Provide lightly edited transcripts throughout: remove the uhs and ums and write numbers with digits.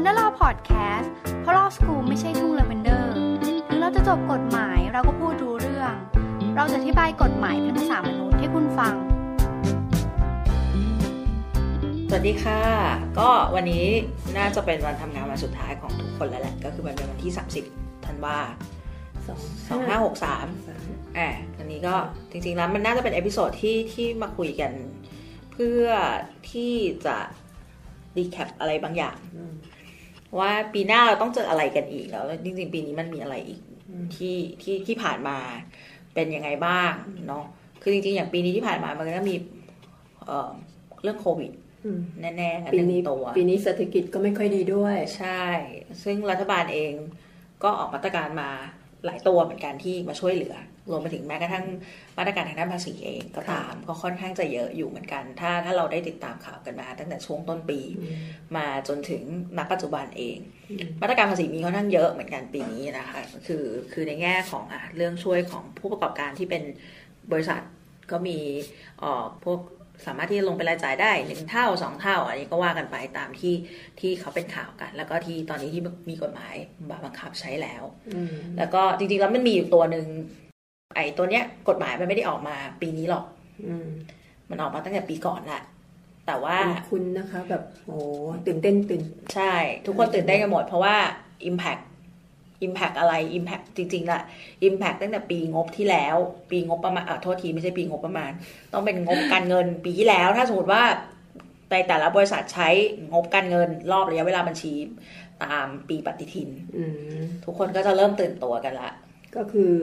Wonderlaw Podcast เพราะ Law School ไม่ใช่ทุ่งลาเวนเดอร์ถึงเราจะจบกฎหมายเราก็พูดรู้เรื่องเราจะอธิบายกฎหมายเป็นภาษามนุษย์ให้คุณฟังสวัสดีค่ะก็วันนี้น่าจะเป็นวันทำงานวันสุดท้ายของทุกคนแล้วแหละก็คือมันเป็นวันที่30ธันวา2563อันนี้ก็จริงๆแล้วมันน่าจะเป็นเอพิโซดที่มาคุยกันเพื่อที่จะรีแคปอะไรบางอย่างว่าปีหน้าเราต้องเจออะไรกันอีกแล้วจริงๆปีนี้มันมีอะไรอีกที่ผ่านมาเป็นยังไงบ้างเนาะคือจริงๆอย่างปีนี้ที่ผ่านมามันก็มีเรื่องโควิดแน่ๆปีนี้เศรษฐกิจก็ไม่ค่อยดีด้วยใช่ซึ่งรัฐบาลเองก็ออกมาตรการมาหลายตัวเหมือนกันที่มาช่วยเหลือรวมไปถึงแม้กระทั่งมาตรการทางด้านภาษีเองก็ตามก็ค่อนข้างจะเยอะอยู่เหมือนกันถ้าเราได้ติดตามข่าวกันมาตั้งแต่ช่วงต้นปีมาจนถึงณปัจจุบันเองมาตรการภาษีมีค่อนข้างเยอะเหมือนกันปีนี้นะคะคือในแง่ของเรื่องช่วยของผู้ประกอบการที่เป็นบริษัทก็มีพวกสามารถที่จะลงเป็นรายจ่ายได้1เท่า2เท่าอันนี้ก็ว่ากันไปตามที่เขาเป็นข่าวกันแล้วก็ที่ตอนนี้ที่มีกฎหมายบังคับใช้แล้วแล้วก็จริงๆแล้วมันมีอยู่ตัวนึงไอ้ตัวเนี้ยกฎหมายมันไม่ได้ออกมาปีนี้หรอกมันออกมาตั้งแต่ปีก่อนแหละแต่ว่าคุณนะคะแบบโอ้ตื่นเต้นใช่ทุกคนตื่นเต้นกันหมดเพราะว่า impact อะไร impact จริงๆล่ะ impact ตั้งแต่ปีงบที่แล้วปีงบประมาณโทษทีไม่ใช่ปีงบประมาณต้องเป็นงบการเงินปีที่แล้วถ้าสมมติว่าในแต่ละบริษัทใช้งบการเงินรอบระยะเวลาบัญชีตามปีปฏิทินทุกคนก็จะเริ่มตื่นตัวกันละก็คือ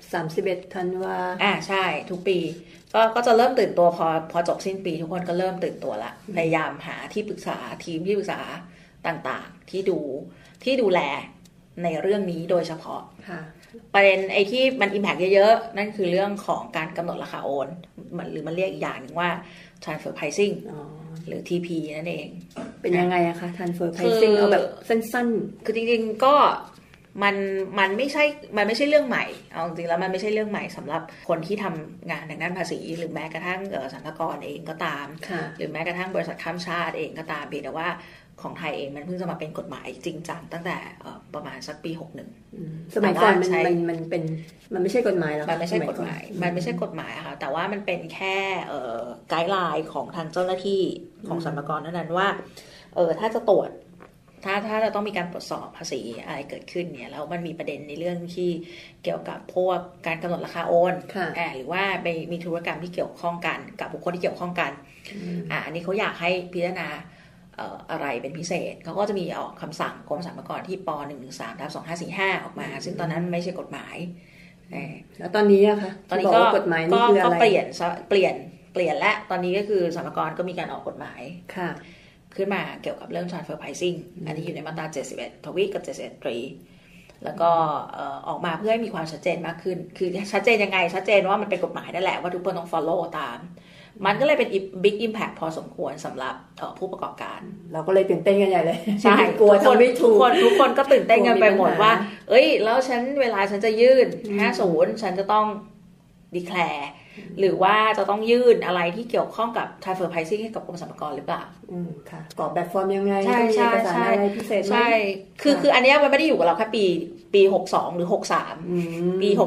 31ธันวาใช่ทุกปีก็จะเริ่มตื่นตัวพอจบสิ้นปีทุกคนก็เริ่มตื่นตัวละพยายามหาที่ปรึกษาทีมที่ปรึกษาต่างๆที่ดูแลในเรื่องนี้โดยเฉพาะประเด็นไอ้ที่มัน impact เยอะๆนั่นคือเรื่องของการกำหนดราคาโอนหรือมันเรียกอีกอย่างนึงว่า transfer pricing หรือ TP นั่นเองเป็นยังไงอะคะ transfer pricing เอาแบบสั้นๆคือจริงๆก็มันไม่ใช่เรื่องใหม่เอาจริงๆแล้วมันไม่ใช่เรื่องใหม่สำหรับคนที่ทำงานทางด้านภาษีหรือแม้กระทั่งสรรพากรเองก็ตามหรือแม้กระทั่งบริษัทข้ามชาติเองก็ตามเพียงแต่ว่าของไทยเองมันเพิ่งจะมาเป็นกฎหมายจริงจังตั้งแต่ประมาณสักปี61 สมัยก่อนมันไม่ใช่กฎหมายหรอกมันไม่ใช่กฎหมายค่ะแต่ว่ามันเป็นแค่ไกด์ไลน์ของทางเจ้าหน้าที่ของสรรพากรเท่านั้นว่าถ้าจะตรวจถ้าจะต้องมีการตรวจสอบภาษีอะไรเกิดขึ้นเนี่ยแล้วมันมีประเด็นในเรื่องที่เกี่ยวกับพวกการกำหนดราคาโอนหรือว่าไปมีธุรกรรมที่เกี่ยวข้องกันกับบุคคลที่เกี่ยวข้องกันอันนี้เขาอยากให้พิจารณาอะไรเป็นพิเศษเขาก็จะมีออกคำสั่งกรมสรรพากรที่ป .113/2545 ออกมาซึ่งตอนนั้นไม่ใช่กฎหมายแล้วตอนนี้อะคะตอนนี้ก็กฎหมายนี่คืออะไรก็เปลี่ยนและตอนนี้ก็คือสรรพากรก็มีการออกกฎหมายขึ้นมาเกี่ยวกับเรื่อง transfer pricing อันนี้อยู่ในมาตรา71ทวีกับ71ตรีแล้วก็ออกมาเพื่อให้มีความชัดเจนมากขึ้นคือชัดเจนยังไงชัดเจนว่ามันเป็นกฎหมายนั่นแหละว่าทุกคนต้อง follow ตามมันก็เลยเป็น big impact พอสมควรสำหรับผู้ประกอบการเราก็เลยตื่นเต้นกันใหญ่เลยใช่กลัวทุกคนก็ตื่นเต้นกันไปหมดว่าแล้วเวลาฉันจะยื่น50ฉันจะต้อง declare หรือว่าจะต้องยื่นอะไรที่เกี่ยวข้องกับ transfer pricing ให้กับกรมสรรพากรหรือเปล่าค่ะกรอกแบบฟอร์มยังไงต้องมีเอกสารอะไรพิเศษไหมใช่คืออันนี้มันไม่ได้อยู่กับเราแค่ปี62หรือ63ปี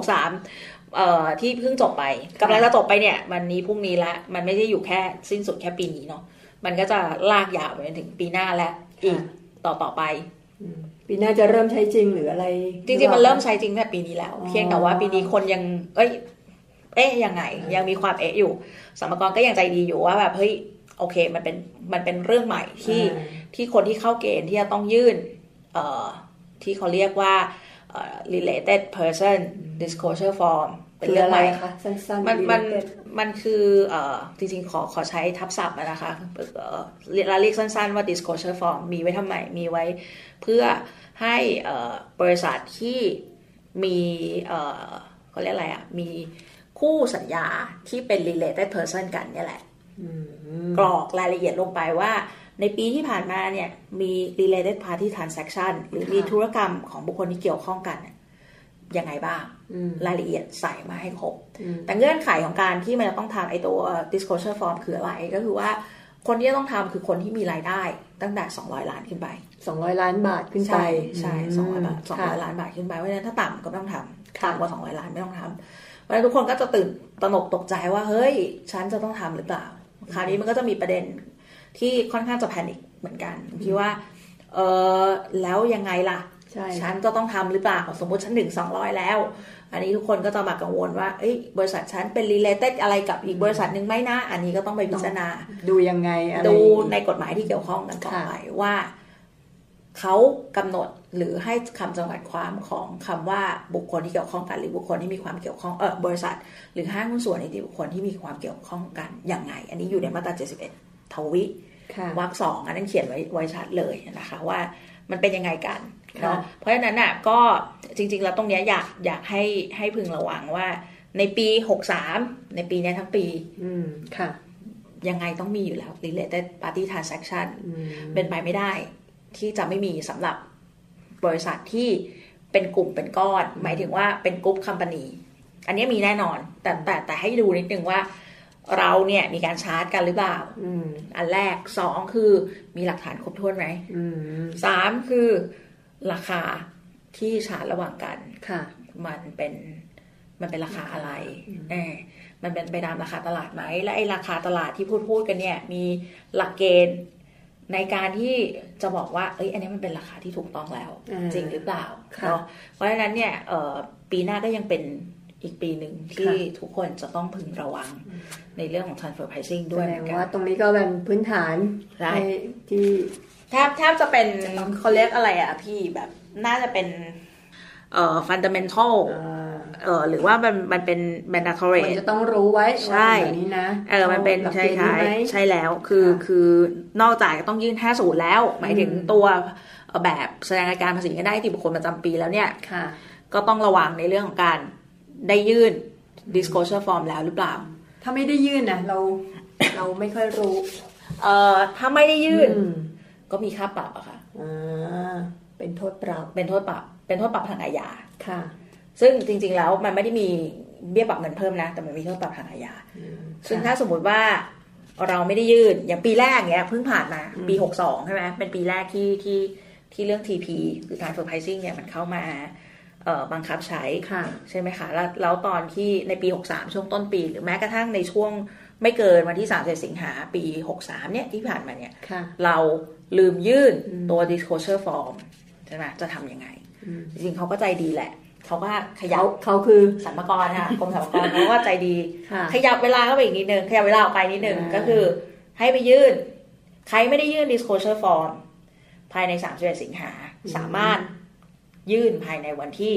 63ที่เพิ่งจบไปกำลังจะจบไปเนี่ยวันนี้พรุ่งนี้ละมันไม่ได้อยู่แค่สิ้นสุดแค่ปีนี้เนาะมันก็จะลากยาวไปจนถึงปีหน้าและอีกต่อไปปีหน้าจะเริ่มใช้จริงหรืออะไรจริงๆมันเริ่มใช้จริงตั้งแต่ปีนี้แล้วเพียงแต่ว่าปีนี้คนยังยังไงยังมีความอยู่สรรพากรก็ยังใจดีอยู่ว่าแบบเฮ้ยโอเคมันเป็นเรื่องใหม่ที่คนที่เข้าเกณฑ์ที่จะต้องยื่นที่เขาเรียกว่าrelated person disclosure form เป็นเรื่องอะไรคะสั้นๆมันคือจริงๆขอใช้ทับศัพท์นะคะเรียกสั้นๆว่า disclosure form มีไว้ทำไมมีไว้เพื่อให้บริษัทที่มีเขาเรียกอะไรมีคู่สัญญาที่เป็น related person กันเนี่ยแหละกรอกรายละเอียดลงไปว่าในปีที่ผ่านมาเนี่ยมี related party transaction หรือมีธุรกรรมของบุคคลที่เกี่ยวข้องกันยังไงบ้างรายละเอียดใส่มาให้ครบแต่เงื่อนไขของการที่มันจะต้องทำไอ้ตัว disclosure form คืออะไรก็คือว่าคนที่ต้องทำคือคนที่มีรายได้ตั้งแต่200 ล้านขึ้นไป 200 ล้านบาทขึ้นไปใช่200 ล้านบาทขึ้นไปเพราะฉะนั้นถ้าต่ำก็ไม่ต้องทำต่ำกว่า200 ล้านไม่ต้องทำเพราะฉะนั้นทุกคนก็จะตื่นตระหนกตกใจว่าเฮ้ยฉันจะต้องทำหรือเปล่าคราวนี้มันก็จะมีประเด็นที่ค่อนข้างจะแพนิคเหมือนกันที่ว่าแล้วยังไงล่ะฉันจะต้องทำหรือเปล่าสมมติฉันถึง200แล้วอันนี้ทุกคนก็จะมากังวลว่าบริษัทฉันเป็น related อะไรกับอีกบริษัทหนึ่งไหมนะอันนี้ก็ต้องไปพิจารณาดูยังไงดูในกฎหมายที่เกี่ยวข้องกันต่อไปว่าเขากำหนดหรือให้คำจำกัดความของคำว่าบุคคลที่เกี่ยวข้องกันหรือบุคคลที่มีความเกี่ยวข้องบริษัทหรือห้างหุ้นส่วนนิติบุคคลที่มีความเกี่ยวข้องกันอย่างไงอันนี้อยู่ในมาตรา71ทวิวรรค 2อันนั้นเขียนไว้ชัดเลยนะคะว่ามันเป็นยังไงกันเนาะเพราะฉะนั้นน่ะก็จริงๆแล้วตรงนี้อยากให้พึงระวังว่าในปี63ในปีนี้ทั้งปีค่ะยังไงต้องมีอยู่แล้ว related party transaction เป็นไปไม่ได้ที่จะไม่มีสำหรับบริษัทที่เป็นกลุ่มเป็นก้อนหมายถึงว่าเป็นกรุ๊ปคัมพานีอันนี้มีแน่นอนแต่ให้ดูนิดนึงว่าเราเนี่ยมีการชาร์จกันหรือเปล่าอันแรก2คือมีหลักฐานครบถ้วนไหม3คือราคาที่ชาร์จระหว่างกันมันเป็นราคาอะไรมันเป็นไปตามราคาตลาดไหมและไอ้ราคาตลาดที่พูดกันเนี่ยมีหลักเกณฑ์ในการที่จะบอกว่าอันนี้มันเป็นราคาที่ถูกต้องแล้วจริงหรือเปล่าเนาะเพราะฉะนั้นเนี่ยปีหน้าก็ยังเป็นอีกปีหนึ่งที่ทุกคนจะต้องพึงระวังในเรื่องของ transfer pricing ด้วยแสดงว่าตรงนี้ก็เป็นพื้นฐานที่แทบจะเป็นเขาเรียกอะไรอ่ะพี่แบบน่าจะเป็นfundamental หรือว่ามันเป็น mandatory มันจะต้องรู้ไว้ว่าแบบนี้นะมันเป็นใช่แล้วคือนอกจากต้องยื่น50แล้วหมายถึงตัวแบบแสดงรายการภาษีเงินได้นิติบุคคลประจำปีแล้วเนี่ยก็ต้องระวังในเรื่องของการได้ยื่น disclosure form แล้วหรือเปล่าถ้าไม่ได้ยื่นนะเราไม่ค่อยรู้ถ้าไม่ได้ยื่นก็มีค่าปรับอะค่ะเป็นโทษปรับเป็นโทษปรับทางอาญาค่ะซึ่งจริงๆแล้วมันไม่ได้มีเบี้ยปรับเงินเพิ่มนะแต่มันมีโทษปรับทางอาญาซึ่งถ้าสมมติว่าเราไม่ได้ยื่นอย่างปีแรกเนี้ยเพิ่งผ่านมาปี62ใช่ไหมเป็นปีแรกที่เรื่อง TP คือ transfer pricing เนี่ยมันเข้ามาบังคับใช้ใช่ไหมคะแล้วตอนที่ในปี63ช่วงต้นปีหรือแม้กระทั่งในช่วงไม่เกินวันที่30 สิงหาปี63เนี่ยที่ผ่านมาเนี่ยเราลืมยื่นตัว disclosure form ใช่ไหมจะทำยังไงจริงๆเขาก็ใจดีแหละเขาก็ขยับเขาคือสรรพากรค่ะกรมสรรพากรเขาก็ใจดีขยับเวลาเข้าไปอีกนิดนึงขยับเวลาออกไปนิดนึงก็คือให้ไปยื่นใครไม่ได้ยื่น disclosure form ภายใน31 สิงหาสามารถยื่นภายในวันที่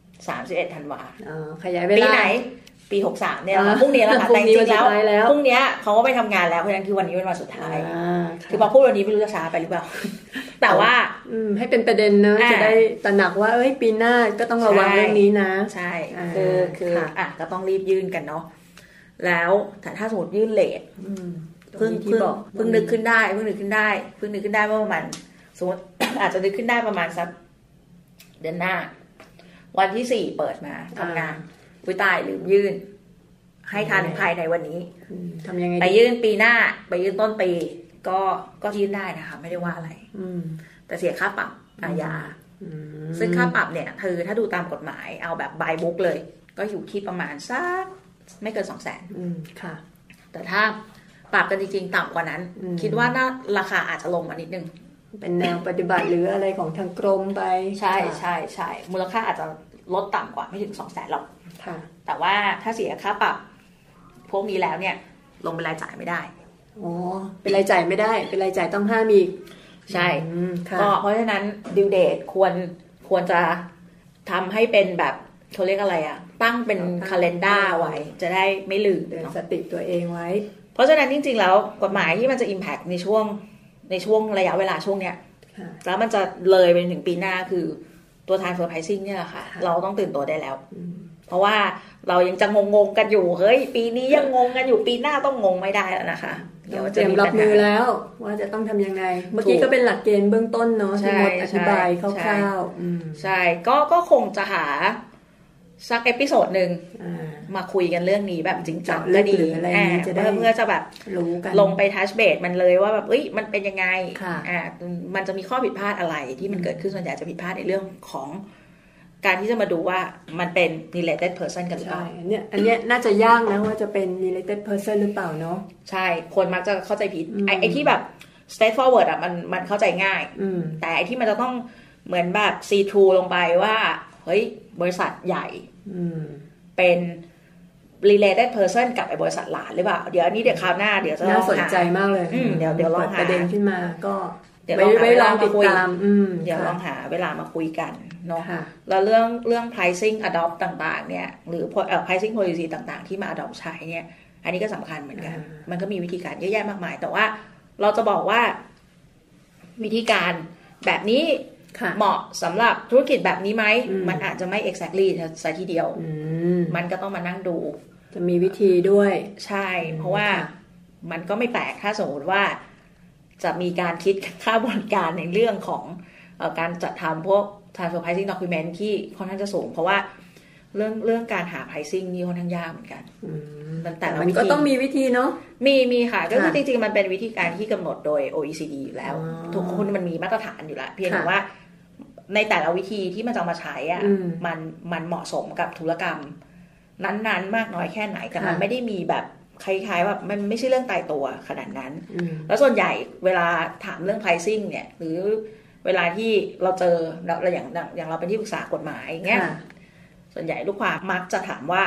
31 ธันวาขยายเวลาปีไหนปี63เนี่ยพรุ่งนี้แล้วค่ะแต่จริงๆแล้วพรุ่งนี้เขาก็ไปทำงานแล้วเพราะฉะนั้นคือวันนี้เป็นวันสุดท้ายคือพอพูดวันนี้ไม่รู้จะช้าไปหรือเปล่าแต่ว่าให้เป็นประเด็นเนอะจะได้ตระหนักว่าปีหน้าก็ต้องระวังเรื่องนี้นะใช่คือก็ต้องรีบยื่นกันเนาะแล้วแต่ถ้าสมมติยื่นเลทเพิ่งนึกขึ้นได้เมื่อประมาณสมมติอาจจะนึกขึ้นได้ประมาณสักเดือนหน้าวันที่4เปิดมาทำงานผู้ตายลืมยื่นให้ทันภายในวันนี้ทำยังไงไปยื่นปีหน้าไปยื่นต้นปีก็ยื่นได้นะคะไม่ได้ว่าอะไรแต่เสียค่าปรับอาญาซึ่งค่าปรับเนี่ยคือถ้าดูตามกฎหมายเอาแบบบายบุ๊กเลยก็อยู่ที่ประมาณสักไม่เกิน 200,000 ค่ะแต่ถ้าปรับกันจริงๆต่ำกว่านั้นคิดว่าน่าราคาอาจจะลงมานิดนึงเป็นแนวปฏิบัติหรืออะไรของทางกรมไปใช่มูลค่าอาจจะลดต่ำกว่าไม่ถึง 200,000 หรอกแต่ว่าถ้าเสียค่าปรับพวกนี้แล้วเนี่ยลงเป็นรายจ่ายไม่ได้เป็นรายจ่ายไม่ได้เป็นรายจ่ายต้องห้ามอีกใช่ก็เพราะฉะนั้นดิวเดทควรจะทำให้เป็นแบบเขาเรียกอะไรอ่ะตั้งเป็นคาเลนด้าไว้จะได้ไม่ลืมสติตัวเองไว้เพราะฉะนั้นจริงๆแล้วกฎหมายที่มันจะ impact ในช่วงระยะเวลาช่วงเนี้ยแล้วมันจะเลยไปถึงปีหน้าคือตัว transfer pricing เนี่ยแหละค่ะเราต้องตื่นตัวได้แล้วเพราะว่าเรายังจะงงกันอยู่เฮ้ยปีนี้ยังงงกันอยู่ปีหน้าต้องงงไม่ได้แล้วนะคะเดี๋ยวเตรียมรับมือแล้วว่าจะต้องทำยังไงเมื่อกี้ก็เป็นหลักเกณฑ์เบื้องต้นเนาะที่มดอธิบายคร่าวๆใช่ก็คงจะหาสักเอพิโซดนึงมาคุยกันเรื่องนี้แบบจริงจังก็ดีเพื่อจะแบบรู้กันลงไปทัชเบสมันเลยว่าแบบมันเป็นยังไงมันจะมีข้อผิดพลาดอะไรที่มันเกิดขึ้นส่วนใหญ่จะผิดพลาดในเรื่องของการที่จะมาดูว่ามันเป็น related person กันหรือเปล่าเนี่ยอันเนี้ยน่าจะยากนะว่าจะเป็น related person หรือเปล่าเนาะใช่คนมักจะเข้าใจผิดไอ้ที่แบบ straightforward มันเข้าใจง่ายแต่ไอ้ที่มันจะต้องเหมือนแบบ see through ลงไปว่าเฮ้ยบริษัทใหญ่เป็น related person กับไอ้บริษัทหลานหรือเปล่าเดี๋ยวนี้เดี๋ยวคราวหน้าเดี๋ยวจะน่าสนใจมากเลยเดี๋ยวลองหาประเด็นขึ้นมาก็เดี๋ยวลองติดตามเดี๋ยวลองหาเวลามาคุยกันเนาะแล้วเรื่อง pricing adopt ต่างๆเนี่ยหรือpricing policy ต่างๆที่มา adopt ใช้เนี่ยอันนี้ก็สำคัญเหมือนกันมันก็มีวิธีการเยอะแยะมากมายแต่ว่าเราจะบอกว่าวิธีการแบบนี้เหมาะสำหรับธุรกิจแบบนี้ไหมมันอาจจะไม่ exactly ซะทีเดียวมันก็ต้องมานั่งดูจะมีวิธีด้วยใช่เพราะว่ามันก็ไม่แปลกถ้าสมมติว่าจะมีการคิดค่าบริการในเรื่องของการจัดทำพวก transfer pricing document ที่ค่อนข้างจะสูงเพราะว่าเรื่องการหา pricing นี่ค่อนข้างยากเหมือนกันแต่มันก็ต้องมีวิธีเนาะมีค่ะก็คือจริงๆมันเป็นวิธีการที่กำหนดโดย OECD อยู่แล้วทุกคนมันมีมาตรฐานอยู่แล้วเพียงแต่ว่าในแต่ละวิธีที่มันจะมาใช้อ่ะมันเหมาะสมกับธุรกรรมนั้นๆมากน้อยแค่ไหนแต่มันไม่ได้มีแบบคล้ายๆแบบมันไม่ใช่เรื่องตายตัวขนาดนั้นแล้วส่วนใหญ่เวลาถามเรื่อง pricing เนี่ยหรือเวลาที่เราเจอเราอย่างเราเป็นที่ปรึกษากฎหมายอย่างเงี้ยส่วนใหญ่ลูกความมักจะถามว่า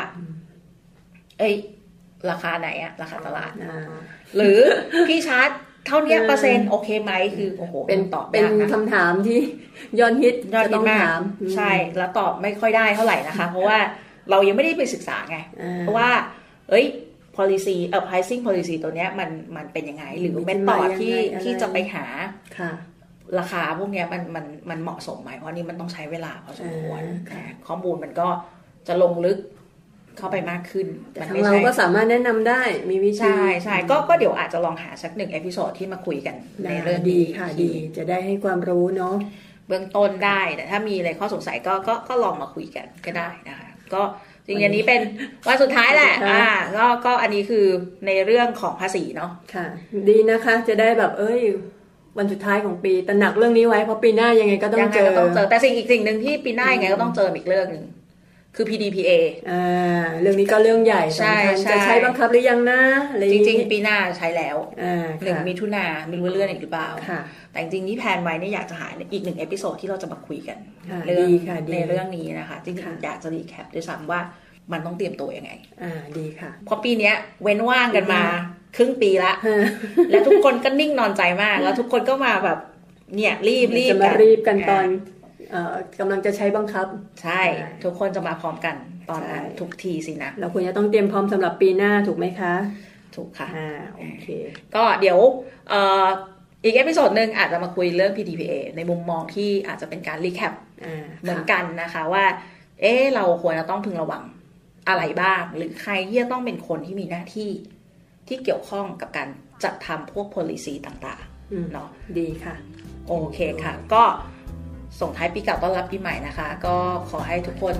ราคาไหนอะราคาตลาดหรือพี่ชาร์จเท่านี้เปอร์เซ็นต์โอเคไหมคือโอ้โหเป็นตอบเป็นคำถามที่ยอดฮิตมากใช่แล้วตอบไม่ค่อยได้เท่าไหร่นะคะเพราะว่าเรายังไม่ได้ไปศึกษาไงเพราะว่าpolicy pricing policy ตัวเนี้ยมันเป็นยังไงหรือเมธอดที่จะไปหาราคาพวกเนี้ยมันเหมาะสมไหมเพราะนี่มันต้องใช้เวลาพอสมควรข้อมูลมันก็จะลงลึกเข้าไปมากขึ้นเราก็สามารถแนะนำได้มีวิธีใช่ก็เดี๋ยวอาจจะลองหาสัก1 เอพิโซดที่มาคุยกันในเรื่องดีค่ะดีจะได้ให้ความรู้เนาะเบื้องต้นได้แต่ถ้ามีอะไรข้อสงสัยก็ลองมาคุยกันก็ได้นะคะก็จริงๆอันนี้เป็นวันสุดท้ายแหละก็อันนี้คือในเรื่องของภาษีเนาะค่ะดีนะคะจะได้แบบวันสุดท้ายของปีตระหนักเรื่องนี้ไว้เพราะปีหน้ายังไงก็ต้องเจอแต่สิ่งนึงที่ปีหน้ายังไงก็ต้องเจออีกเรื่องนึงคือ PDPA เรื่องนี้ก็เรื่องใหญ่สำคัญจะใช้บังคับหรือยังนะจริงๆปีหน้าใช้แล้ว1 มิถุนายนไม่รู้เรื่องอีกหรือเปล่าแต่จริงๆที่แพลนไว้เนี่ยอยากจะหาอีก1 เอพิโซดที่เราจะมาคุยกันในเรื่องนี้นะคะจริงๆอยากจะรีแคปด้วยซ้ำว่ามันต้องเตรียมตัวยังไงดีค่ะเพราะปีนี้เว้นว่างกันมาครึ่งปีละแล้วทุกคนก็นิ่งนอนใจมากแล้วทุกคนก็มาแบบเนี่ยรีบจะมารีบกันตอนกำลังจะใช้บังคับใช่ทุกคนจะมาพร้อมกันตอนนั้นทุกทีสินะเราควรจะต้องเตรียมพร้อมสำหรับปีหน้าถูกไหมคะถูกค่ะโอเคก็เดี๋ยวอีกเอพิโซดนึงอาจจะมาคุยเรื่อง PDPA ในมุมมองที่อาจจะเป็นการรีแคปเหมือนกันนะคะว่าเราควรจะต้องพึงระวังอะไรบ้างหรือใครที่จะต้องเป็นคนที่มีหน้าที่ที่เกี่ยวข้องกับการจัดทำพวก policy ต่างๆเนาะดีค่ะโอเคค่ะก็ส่งท้ายปีเก่าต้อนรับปีใหม่นะคะก็ขอให้ทุกคน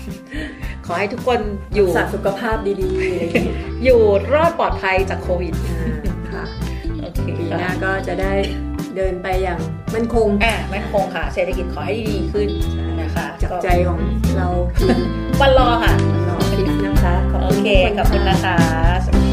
อยู่สุขภาพดีๆอยู่รอดปลอดภัยจากโควิดค่ะโอเคปีหน้าก็จะได้เดินไปอย่างมั่นคงค่ะเศรษฐกิจขอให้ดีขึ้นนะคะจับใจของเราวันรอค่ะรอคลิปนะคะโอเคขอบคุณนะคะ